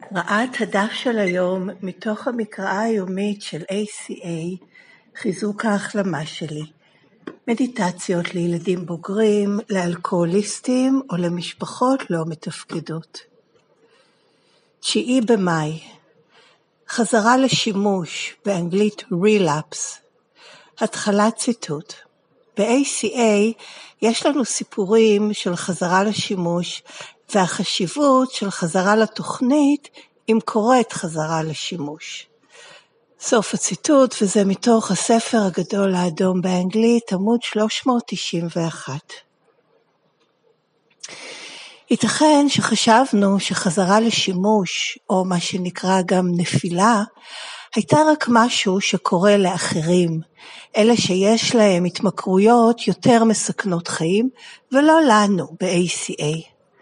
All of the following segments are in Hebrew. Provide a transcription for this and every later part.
הקראת הדף של היום מתוך המקראה היומית של ACA, חיזוק ההחלמה שלי. מדיטציות לילדים בוגרים, לאלכוהוליסטים או למשפחות לא מתפקדות. 9 במאי, חזרה לשימוש, באנגלית relapse. התחלת ציטוט. ב-ACA יש לנו סיפורים של חזרה לשימוש, והחשיבות של חזרה לתוכנית אם קורית חזרה לשימוש. סוף הציטוט, וזה מתוך הספר הגדול האדום באנגלית, עמוד 391. ייתכן שחשבנו שחזרה לשימוש, או מה שנקרא גם נפילה, הייתה רק משהו שקורה לאחרים, אלה שיש להם התמכרויות יותר מסכנות חיים, ולא לנו ב-ACA.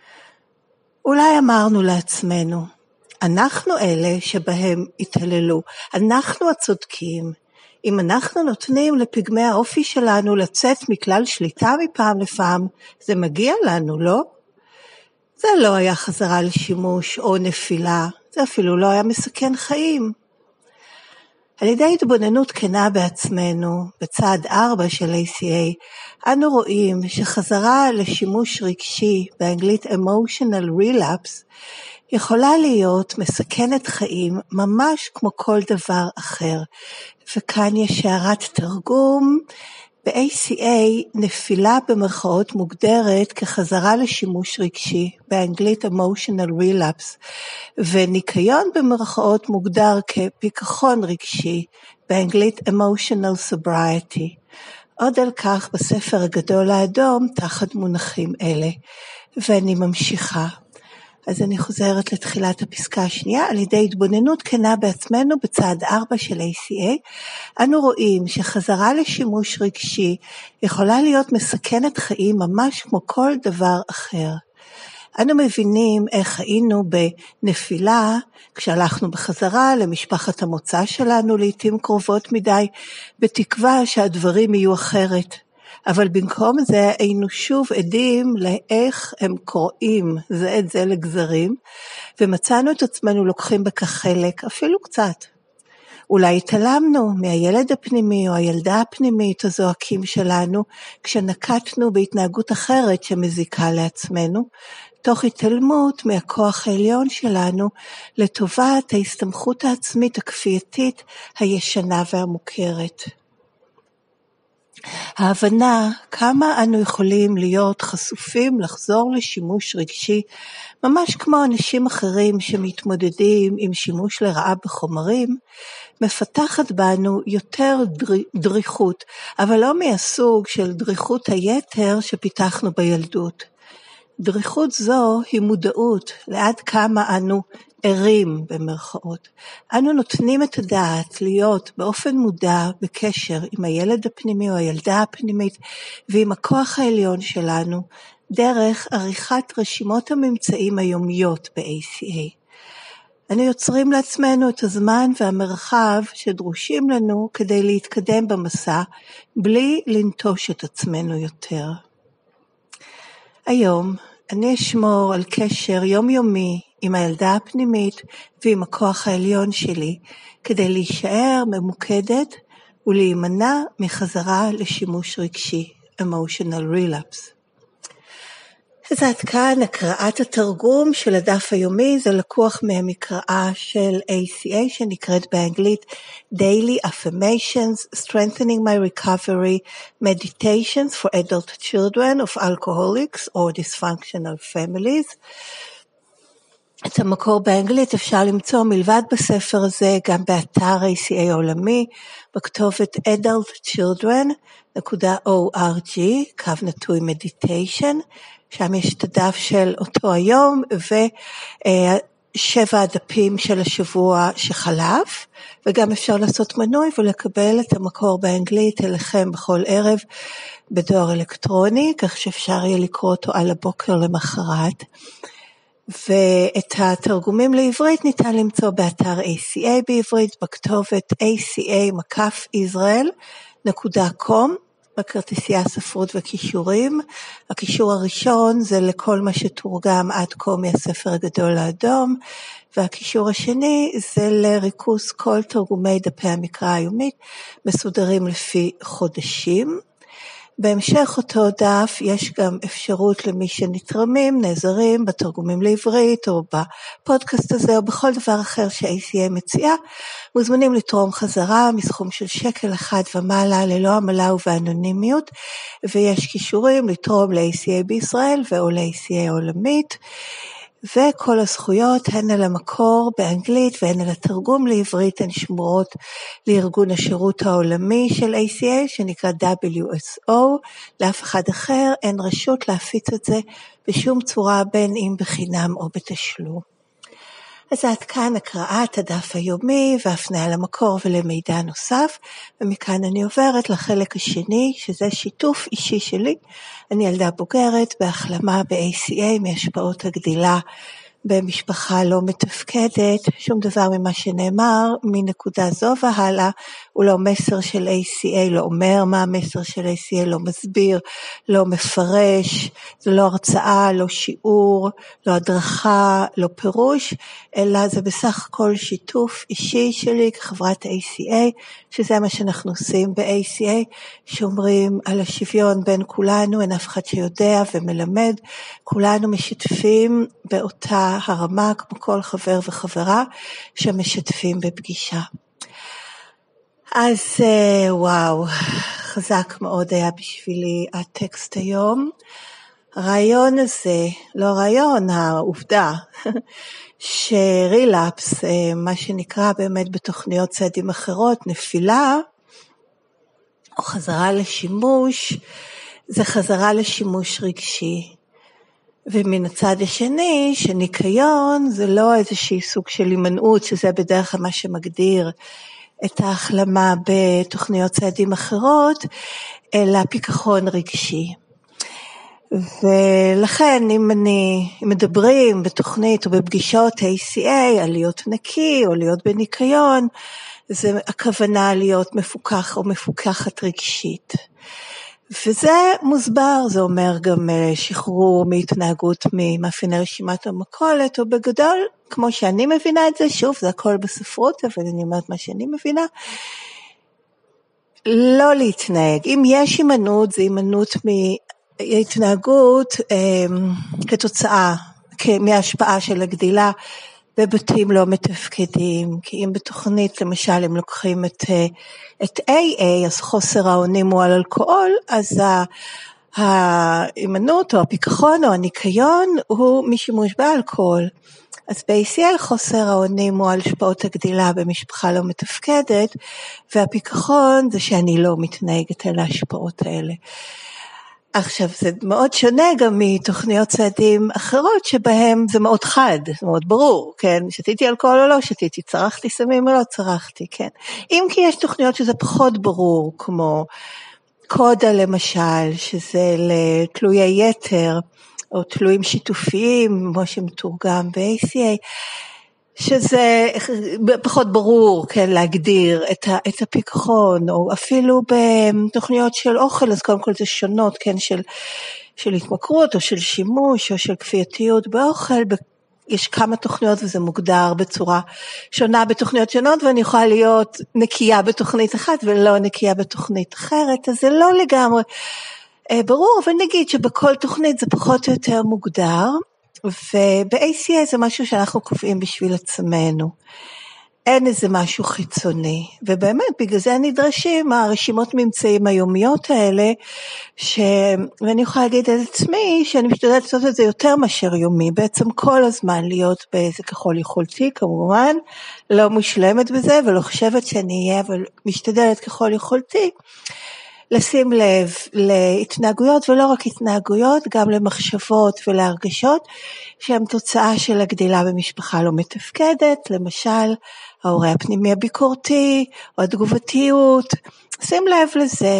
אולי אמרנו לעצמנו, אנחנו אלה שבהם התעללו, אנחנו הצודקים. אם אנחנו נותנים לפגמי האופי שלנו לצאת מכלל שליטה מפעם לפעם, זה מגיע לנו, לא? זה לא היה חזרה לשימוש או נפילה, זה אפילו לא היה מסכן חיים. על ידי התבוננות כנה בעצמנו, בצעד 4 של ACA, אנו רואים שחזרה לשימוש רגשי, באנגלית emotional relapse, יכולה להיות מסכנת חיים ממש כמו כל דבר אחר. וכאן יש הערת תרגום, ב-ACA נפילה במרכאות מוגדרת כחזרה לשימוש רגשי, באנגלית emotional relapse, וניקיון במרכאות מוגדר כפיכחון רגשי, באנגלית emotional sobriety. עוד על כך בספר הגדול האדום תחת מונחים אלה, ואני ממשיכה. אז אני חוזרת לתחילת הפסקה השנייה, על ידי התבוננות כנה בעצמנו בצעד 4 של ACA, אנו רואים שחזרה לשימוש רגשי יכולה להיות מסכנת חיים ממש כמו כל דבר אחר. אנו מבינים איך היינו בנפילה, כשהלכנו בחזרה למשפחת המוצא שלנו לעתים קרובות מדי, בתקווה שהדברים יהיו אחרת. אבל במקום זה היינו שוב עדים לאיך הם קוראים זה את זה לגזרים, ומצאנו את עצמנו לוקחים בכך חלק, אפילו קצת. אולי התעלמנו מהילד הפנימי או הילדה הפנימית הזועקים שלנו, כשנקטנו בהתנהגות אחרת שמזיקה לעצמנו, תוך התעלמות מהכוח העליון שלנו לטובת ההסתמכות העצמית הכפייתית הישנה והמוכרת. ההבנה כמה אנו יכולים להיות חשופים לחזור לשימוש רגשי, ממש כמו אנשים אחרים שמתמודדים עם שימוש לרעה בחומרים, מפתחת בנו יותר דריכות, אבל לא מהסוג של דריכות היתר שפיתחנו בילדות. דריכות זו היא מודעות לעד כמה אנו ערים במרכאות. אנו נותנים את הדעת להיות באופן מודע בקשר עם הילד הפנימי או הילדה הפנימית ועם הכוח העליון שלנו, דרך עריכת רשימות הממצאים היומיות ב-ACA. אנו יוצרים לעצמנו את הזמן והמרחב שדרושים לנו כדי להתקדם במסע, בלי לנטוש את עצמנו יותר. היום אני אשמור על קשר יומיומי עם הילדה הפנימית ועם הכוח העליון שלי, כדי להישאר ממוקדת ולהימנע מחזרה לשימוש רגשי, emotional relapse. אז עד כאן הקראת התרגום של הדף היומי, זה לקוח מהמקראה של ACA שנקראת באנגלית Daily Affirmations, Strengthening My Recovery, Meditations for Adult Children of Alcoholics or Dysfunctional Families. את המקור באנגלית אפשר למצוא מלבד בספר הזה גם באתר ACA העולמי, בכתובת adultchildren.org/meditation, שם יש את הדף של אותו היום ו7 הדפים של השבוע שחלף, וגם אפשר לעשות מנוי ולקבל את המקור באנגלית אליכם בכל ערב בדואר אלקטרוני, כך שאפשר יהיה לקרוא אותו על הבוקר למחרת. ואת התרגומים לעברית ניתן למצוא באתר ACA בעברית, בכתובת aca-israel.com, בכרטיסייה ספרות וקישורים. הקישור הראשון זה לכל מה שתורגם עד כה מהספר הגדול האדום, והקישור השני זה לריכוז כל תרגומי דפי המקרא היומית, מסודרים לפי חודשים. בהמשך אותו דף יש גם אפשרות למי שנתרמים, נעזרים בתרגומים לעברית או בפודקאסט הזה או בכל דבר אחר ש-ACA מציעה, מוזמנים לתרום חזרה מסכום של $1 ומעלה ללא עמלה ובאנונימיות, ויש קישורים לתרום ל-ACA בישראל או ל-ACA עולמית, וכל הזכויות הן על המקור באנגלית והן על התרגום לעברית הן שמורות לארגון השירות העולמי של ACA שנקרא WSO. לאף אחד אחר אין רשות להפיץ את זה בשום צורה, בין אם בחינם או בתשלום. אז עד כאן הקראת הדף היומי והפניה למקור ולמידע נוסף, ומכאן אני עוברת לחלק השני שזה שיתוף אישי שלי. אני ילדה בוגרת בהחלמה ב-ACA מהשפעות הגדילה במשפחה לא מתפקדת. שום דבר ממה שנאמר מנקודה זו והלאה הוא לא מסר של ACA, לא אומר מה המסר של ACA, לא מסביר, לא מפרש, זה לא הרצאה, לא שיעור, לא הדרכה, לא פירוש, אלא זה בסך הכל שיתוף אישי שלי כחברת ACA, שזה מה שאנחנו עושים ב-ACA, שומרים על השוויון בין כולנו, אין אף אחד שיודע ומלמד, כולנו משתפים באותה הרמה כמו כל חבר וחברה שמשתפים בפגישה. אז וואו, חזק מאוד היה בשבילי הטקסט היום. הרעיון הזה, לא רעיון, העובדה, שרילאפס, מה שנקרא באמת בתוכניות צעדים אחרות, נפילה, או חזרה לשימוש, זה חזרה לשימוש רגשי. ומן הצד השני, שניקיון זה לא איזושהי סוג של הימנעות, שזה בדרך כלל מה שמגדיר את ההחלמה בתוכניות צעדים אחרות, אלא פיקחון רגשי. ולכן אם מדברים בתוכנית או בפגישות ACA על להיות נקי או להיות בניקיון, זה הכוונה להיות מפוקח או מפוקחת רגשית. וזה מוסבר, זה אומר גם שחרור מהתנהגות ממאפייני רשימת המכולת, או בגדול, כמו שאני מבינה את זה, שוב, זה הכל בספרות, אבל אני אומרת מה שאני מבינה, לא להתנהג. אם יש הימנעות, זה הימנעות מהתנהגות כתוצאה, מההשפעה של הגדילה, בבתים לא מתפקדים, כי אם בתוכנית למשל הם לוקחים את AA, אז חוסר האונים הוא על אלכוהול, אז ההימנעות או הפיקחון או הניקיון הוא משימוש באלכוהול. אז ב-ACL חוסר האונים הוא על השפעות הגדילה במשפחה לא מתפקדת, והפיקחון זה שאני לא מתנהגת על ההשפעות האלה. עכשיו זה מאוד שונה גם מתוכניות צעדים אחרות שבהם זה מאוד חד, זה מאוד ברור, כן? שתיתי אלכוהול או לא שתיתי, צרכתי סמים או לא צרכתי, כן? אם כי יש תוכניות שזה פחות ברור, כמו קודה למשל, שזה לתלויי יתר, או תלויים שיתופיים, כמו שמתורגם ב-ACA, שזה פחות ברור, כן, להגדיר את הפיקחון, או אפילו בתוכניות של אוכל, אז קודם כל זה שונות, כן, של התמכרות, או של שימוש, או של כפייתיות באוכל, יש כמה תוכניות וזה מוגדר בצורה שונה בתוכניות שונות, ואני יכולה להיות נקייה בתוכנית אחת, ולא נקייה בתוכנית אחרת, אז זה לא לגמרי ברור, אבל נגיד שבכל תוכנית זה פחות או יותר מוגדר, וב-ACA זה משהו שאנחנו קובעים בשביל עצמנו. אין איזה משהו חיצוני, ובאמת בגלל זה נדרשים הרשימות ממצאים היומיות האלה, ואני יכולה להגיד את עצמי שאני משתדלת לעשות את זה יותר מאשר יומי, בעצם כל הזמן להיות באיזה ככל יכולתי, כמובן, לא מושלמת בזה ולא חושבת שאני אהיה, אבל משתדלת ככל יכולתי, לשים לב להתנהגויות ולא רק התנהגויות, גם למחשבות ולהרגשות שהן תוצאה של הגדילה במשפחה לא מתפקדת, למשל ההורה הפנימי הביקורתי או התגובתיות, שים לב לזה,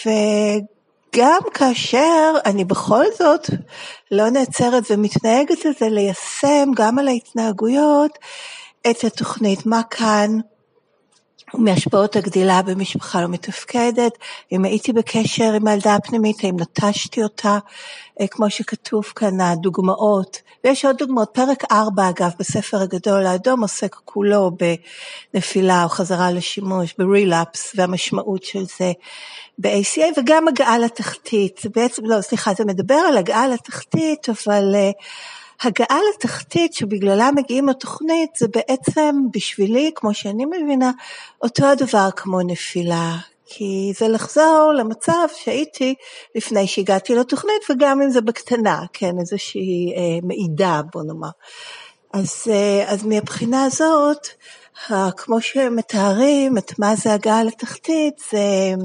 וגם כאשר אני בכל זאת לא נעצרת ומתנהגת לזה, ליישם גם על ההתנהגויות את התוכנית, מה כאן מהשפעות הגדילה במשפחה לא מתפקדת, אם הייתי בקשר עם הילדה הפנימית, אם נטשתי אותה, כמו שכתוב כאן הדוגמאות, ויש עוד דוגמאות, פרק 4 אגב בספר הגדול האדום עוסק כולו בנפילה או חזרה לשימוש, ברילאפס והמשמעות של זה ב-ACA, וגם הגעה לתחתית, זה בעצם, לא סליחה, זה מדבר על הגעה לתחתית, אבל הגעה לתחתית שבגללה מגיעים לתוכנית, זה בעצם בשבילי, כמו שאני מבינה, אותו הדבר כמו נפילה, כי זה לחזור למצב שהייתי לפני שהגעתי לתוכנית, וגם אם זה בקטנה, כן, איזושהי מעידה, בוא נאמר. אז מהבחינה הזאת, כמו שמתארים את מה זה הגעה לתחתית, זה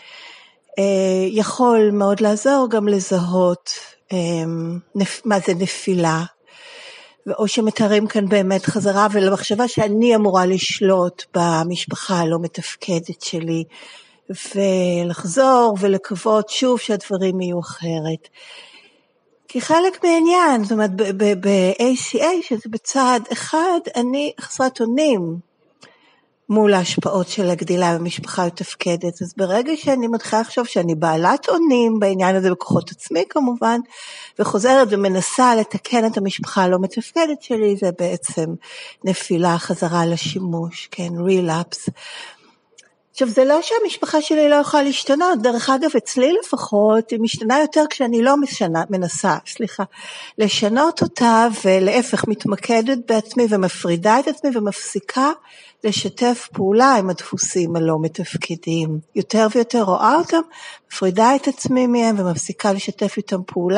יכול מאוד לעזור גם לזהות מה זה נפילה, או שמתארים כאן באמת חזרה ולמחשבה שאני אמורה לשלוט במשפחה הלא מתפקדת שלי, ולחזור ולקוות שוב שהדברים יהיו אחרת. כי חלק מהעניין, זאת אומרת ב-ACA, שזה בצד אחד, אני חסרת אונים מול ההשפעות של הגדילה במשפחה מתפקדת, אז ברגע שאני מתחילה לחשוב שאני בעלת אונים בעניין הזה בכוחות עצמי כמובן, וחוזרת ומנסה לתקן את המשפחה הלא מתפקדת שלי, זה בעצם נפילה, חזרה לשימוש, כן, רילאפס. עכשיו זה לא שהמשפחה שלי לא יכולה להשתנות, דרך אגב אצלי לפחות, היא משתנה יותר כשאני לא מנסה לשנות אותה, ולהפך מתמקדת בעצמי ומפרידה את עצמי ומפסיקה לשתף פעולה עם הדפוסים הלא מתפקדים. יותר ויותר רואה אותם, מפרידה את עצמי מהם ומפסיקה לשתף איתם פעולה,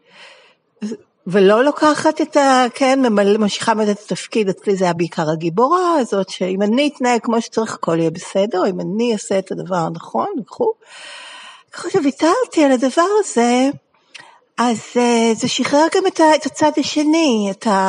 ולא לוקחת את ממשיכה את התפקיד, אצלי זה היה בעיקר הגיבורה הזאת, שאם אני אתנהג כמו שצריך, הכל יהיה בסדר, אם אני אעשה את הדבר הנכון, ככה שוויתרתי על הדבר הזה, אז זה שחרר גם את הצד השני,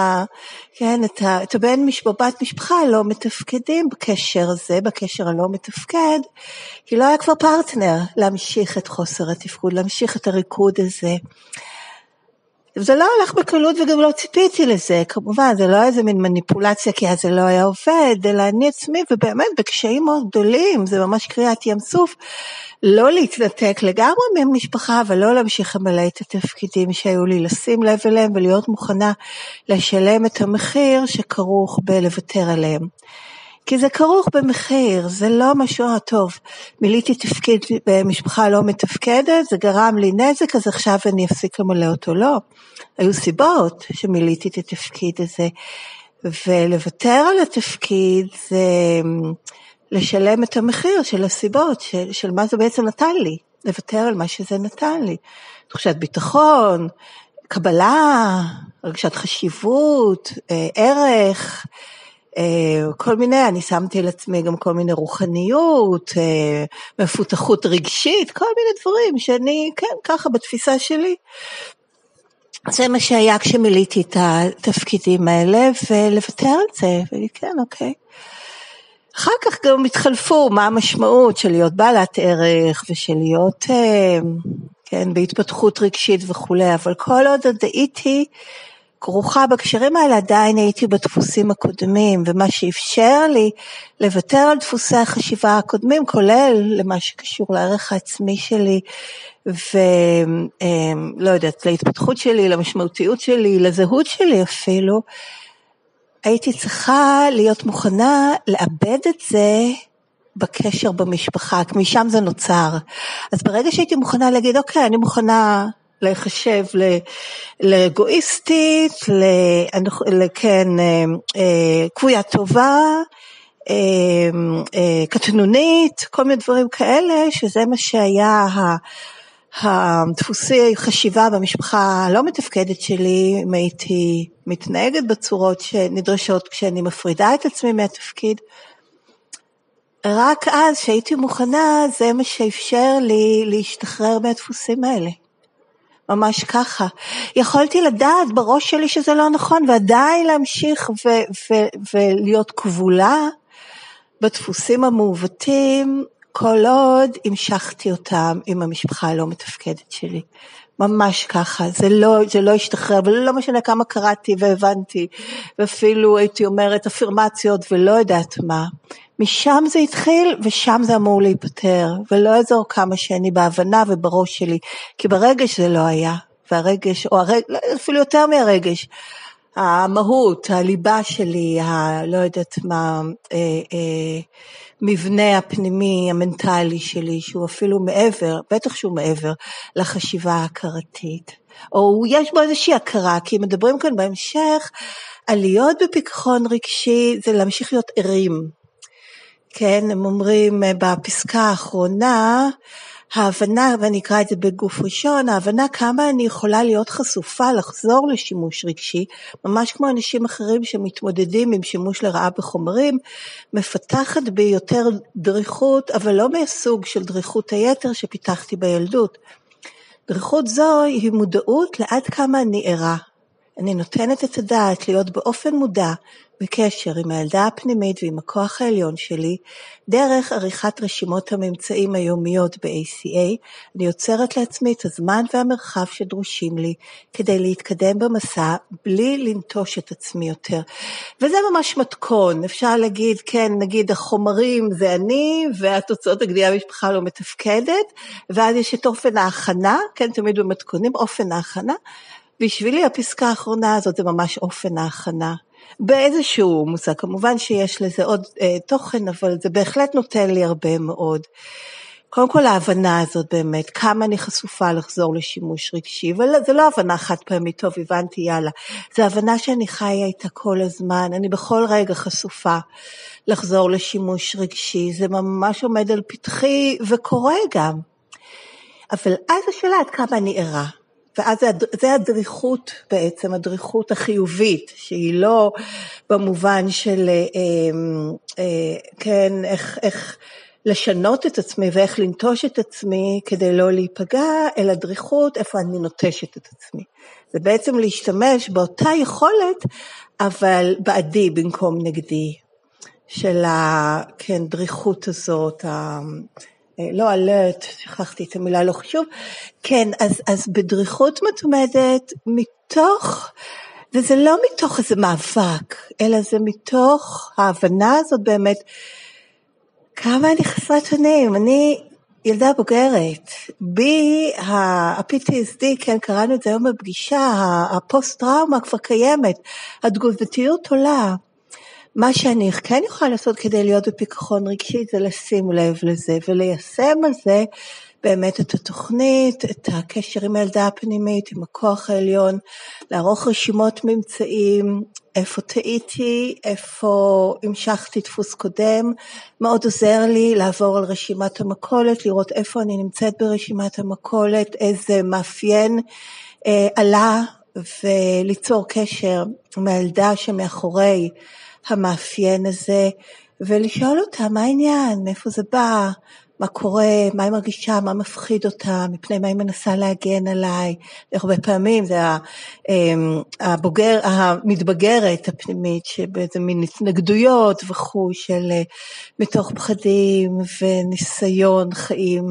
את הבן בת משפחה לא מתפקדים בקשר הזה, בקשר הלא מתפקד, כי לא היה כבר פרטנר להמשיך את חוסר התפקוד, להמשיך את הריקוד הזה. זה לא הלך בקלות וגם לא ציפיתי לזה, כמובן זה לא איזה מין מניפולציה כי אז זה לא היה עובד, אלא אני עצמי ובאמת בקשיים מאוד גדולים, זה ממש קריאת ים סוף, לא להתנתק לגמרי ממשפחה, אבל לא להמשיך למלא את התפקידים שהיו לי, לשים לב אליהם ולהיות מוכנה לשלם את המחיר שכרוך בלוותר עליהם. כי זה כרוך במחיר, זה לא משהו טוב. מילאתי תפקיד במשפחה לא מתפקדת, זה גרם לי נזק, אז עכשיו אני אפסיק למלא אותו, לא. היו סיבות שמילאתי את התפקיד הזה, ולוותר על התפקיד זה לשלם את המחיר של הסיבות, של מה זה בעצם נתן לי, לוותר על מה שזה נתן לי. תחושת ביטחון, קבלה, רגשת חשיבות, ערך, כל מיני, אני שמתי על עצמי גם כל מיני רוחניות, מפותחות רגשית, כל מיני דברים שאני, כן, ככה בתפיסה שלי. זה מה שהיה כשמילאתי את התפקידים האלה, ולוותר על זה, וכן, אוקיי. אחר כך גם התחלפו מה המשמעות של להיות בעלת ערך, ושל להיות, כן, בהתפתחות רגשית וכו', אבל כל עוד הייתי כרוכה בקשרים האלה, עדיין הייתי בדפוסים הקודמים, ומה שאפשר לי לוותר על דפוסי החשיבה הקודמים, כולל למה שקשור לערך העצמי שלי, ולא יודעת, להתפתחות שלי, למשמעותיות שלי, לזהות שלי אפילו, הייתי צריכה להיות מוכנה לאבד את זה בקשר במשפחה, כי משם זה נוצר. אז ברגע שהייתי מוכנה להגיד, אוקיי, אני מוכנה לחשב לאגואיסטית, לכן קבויה טובה, קטנונית, כל מיני דברים כאלה, שזה מה שהיה הדפוסי חשיבה במשפחה הלא מתפקדת שלי, אם הייתי מתנהגת בצורות שנדרשות כשאני מפרידה את עצמי מהתפקיד, רק אז שהייתי מוכנה, זה מה שאפשר לי להשתחרר מהדפוסים האלה. ממש ככה. יכולתי לדעת בראש שלי שזה לא נכון, ועדיין להמשיך ולהיות כבולה בדפוסים המעוותים, כל עוד המשכתי אותם עם המשפחה הלא מתפקדת שלי. ממש ככה, זה לא השתחרר, ולא משנה כמה קראתי והבנתי, ואפילו הייתי אומרת אפירמציות ולא יודעת מה, משם זה התחיל ושם זה אמור להיפטר, ולא יעזור כמה שאני בהבנה ובראש שלי, כי ברגש זה לא היה, והרגש, או אפילו יותר מהרגש, המהות, הליבה שלי, לא יודעת מה, מבנה הפנימי, המנטלי שלי, שהוא אפילו מעבר, בטח שהוא מעבר לחשיבה ההכרתית, או יש בו איזושהי הכרה, כי מדברים כאן בהמשך, על להיות בפיכחון רגשי, זה להמשיך להיות ערים, כן, הם אומרים בפסקה האחרונה, ההבנה, ואני אקרא את זה בגוף ראשון, ההבנה כמה אני יכולה להיות חשופה לחזור לשימוש רגשי, ממש כמו אנשים אחרים שמתמודדים עם שימוש לרעה בחומרים, מפתחת בי יותר דריכות, אבל לא מהסוג של דריכות היתר שפיתחתי בילדות. דריכות זו היא מודעות לעד כמה אני ערה. אני נותנת את הדעת להיות באופן מודע בקשר עם הילדה הפנימית ועם הכוח העליון שלי, דרך עריכת רשימות הממצאים היומיות ב-ACA, אני יוצרת לעצמי את הזמן והמרחב שדרושים לי, כדי להתקדם במסע, בלי לנטוש את עצמי יותר. וזה ממש מתכון, אפשר להגיד, כן, נגיד החומרים זה אני, והתוצאות הגדיעה במשפחה לא מתפקדת, ואז יש את אופן ההכנה, כן, תמיד במתכונים, אופן ההכנה, בשבילי הפסקה האחרונה הזאת זה ממש אופן ההכנה, באיזשהו מושג, כמובן שיש לזה עוד תוכן, אבל זה בהחלט נותן לי הרבה מאוד. קודם כל ההבנה הזאת באמת, כמה אני חשופה לחזור לשימוש רגשי, אבל זה לא הבנה חד פעמית, טוב הבנתי יאללה, זה הבנה שאני חיה איתה כל הזמן, אני בכל רגע חשופה לחזור לשימוש רגשי, זה ממש עומד על פתחי וקורה גם, אבל אז השאלה עד כמה אני ערה, ואז זה הדריכות בעצם, הדריכות החיובית, שהיא לא במובן של, כן, איך לשנות את עצמי ואיך לנטוש את עצמי כדי לא להיפגע, אלא דריכות איפה אני נוטשת את עצמי. זה בעצם להשתמש באותה יכולת, אבל בעדי במקום נגדי, של כן, דריכות הזאת, לא אלרט, שכחתי את המילה, לא חשוב, כן, אז בדריכות מתמדת מתוך, וזה לא מתוך איזה מאבק, אלא זה מתוך ההבנה הזאת באמת, כמה אני חסרת אונים, אני ילדה בוגרת, בי ה-PTSD, כן, קראנו את זה היום בפגישה, הפוסט-טראומה כבר קיימת, התגובתיות עולה, מה שאני כן יכולה לעשות כדי להיות בפיכחון רגשי זה לשים לב לזה וליישם על זה באמת את התוכנית, את הקשר עם הילדה הפנימית, עם הכוח העליון, לערוך רשימות ממצאים, איפה טעיתי, איפה המשכתי דפוס קודם, מאוד עוזר לי לעבור על רשימת המכולת, לראות איפה אני נמצאת ברשימת המכולת, איזה מאפיין עלה וליצור קשר עם הילדה שמאחורי המאפיין הזה, ולשאול אותה מה העניין, מאיפה זה בא, מה קורה, מה היא מרגישה, מה מפחיד אותה, מפני מה היא מנסה להגן עליי, הרבה פעמים זה המתבגרת הפנימית, שבאיזה מין התנגדויות וכו' של מתוך פחדים וניסיון חיים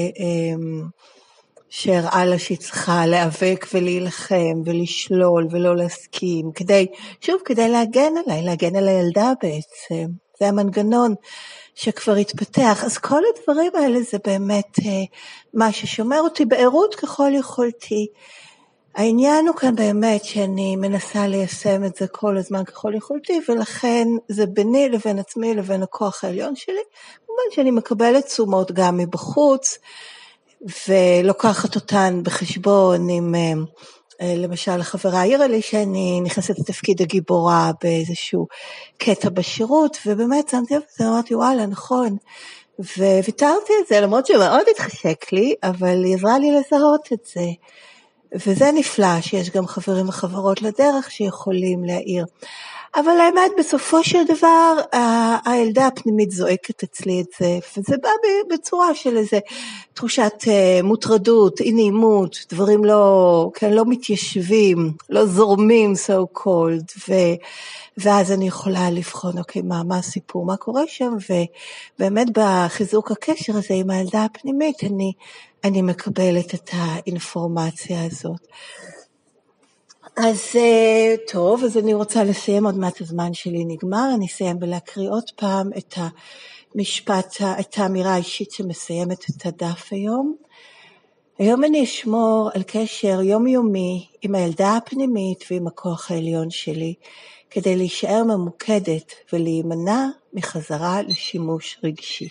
שהראה לה שהיא צריכה להיאבק ולהילחם ולשלול ולא להסכים, כדי להגן עליי, להגן על הילדה בעצם, זה המנגנון שכבר התפתח, אז כל הדברים האלה זה באמת מה ששומר אותי בעירות ככל יכולתי, העניין הוא כאן באמת שאני מנסה ליישם את זה כל הזמן ככל יכולתי, ולכן זה ביני לבין עצמי לבין הכוח העליון שלי, כמובן שאני מקבלת תשומות גם מבחוץ, ולוקחת אותן בחשבון עם, למשל החברה העירה לי שאני נכנסת לתפקיד הגיבורה באיזשהו קטע בשירות, ובאמת שמתי לב, אמרתי וואלה נכון, וויתרתי את זה למרות שמאוד התחשק לי, אבל היא עזרה לי לזהות את זה, וזה נפלא שיש גם חברים וחברות לדרך שיכולים להעיר, אבל האמת בסופו של דבר הילדה הפנימית זועקת אצלי את זה, וזה בא בצורה של איזה תחושת מוטרדות, אי נעימות, דברים לא מתיישבים, לא זורמים so called, ואז אני יכולה לבחון אוקיי מה הסיפור, מה קורה שם, ובאמת בחיזוק הקשר הזה עם הילדה הפנימית אני מקבלת את האינפורמציה הזאת. אז טוב, אז אני רוצה לסיים, עוד מעט הזמן שלי נגמר, אני אסיים ולהקריא עוד פעם את המשפט, את האמירה האישית שמסיימת את הדף היום. היום אני אשמור על קשר יומיומי עם הילדה הפנימית ועם הכוח העליון שלי, כדי להישאר ממוקדת ולהימנע מחזרה לשימוש רגשי.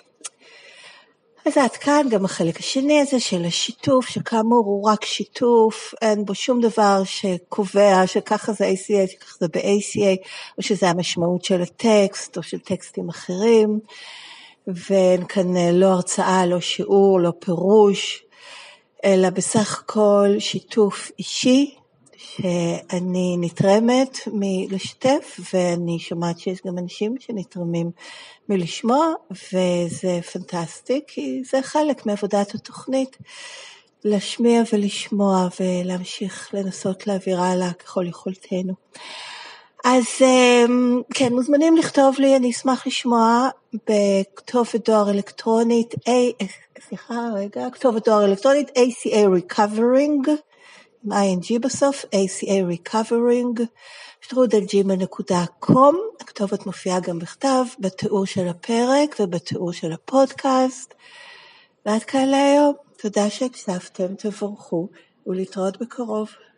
אז עד כאן גם החלק השני הזה של השיתוף, שכאמור הוא רק שיתוף, אין בו שום דבר שקובע שככה זה ACA, שככה זה ב-ACA, או שזה המשמעות של הטקסט או של טקסטים אחרים, ואין כאן לא הרצאה, לא שיעור, לא פירוש, אלא בסך הכל שיתוף אישי, שאני נתרמת מלשתף, ואני שומעת שיש גם אנשים שנתרמים מלשמוע, וזה פנטסטי, כי זה חלק מעבודת התוכנית, להשמיע ולשמוע, ולהמשיך לנסות להעביר הלאה ככל יכולתנו. אז כן, מוזמנים לכתוב לי, אני אשמח לשמוע בכתובת דואר אלקטרונית, כתובת דואר אלקטרונית, ACA Recovering, עם ING בסוף, ACA Recovering, @gmail.com, הכתובת מופיעה גם בכתב, בתיאור של הפרק ובתיאור של הפודקאסט. ועד כאן להיום, תודה שהקשבתם, תבורכו ולהתראות בקרוב.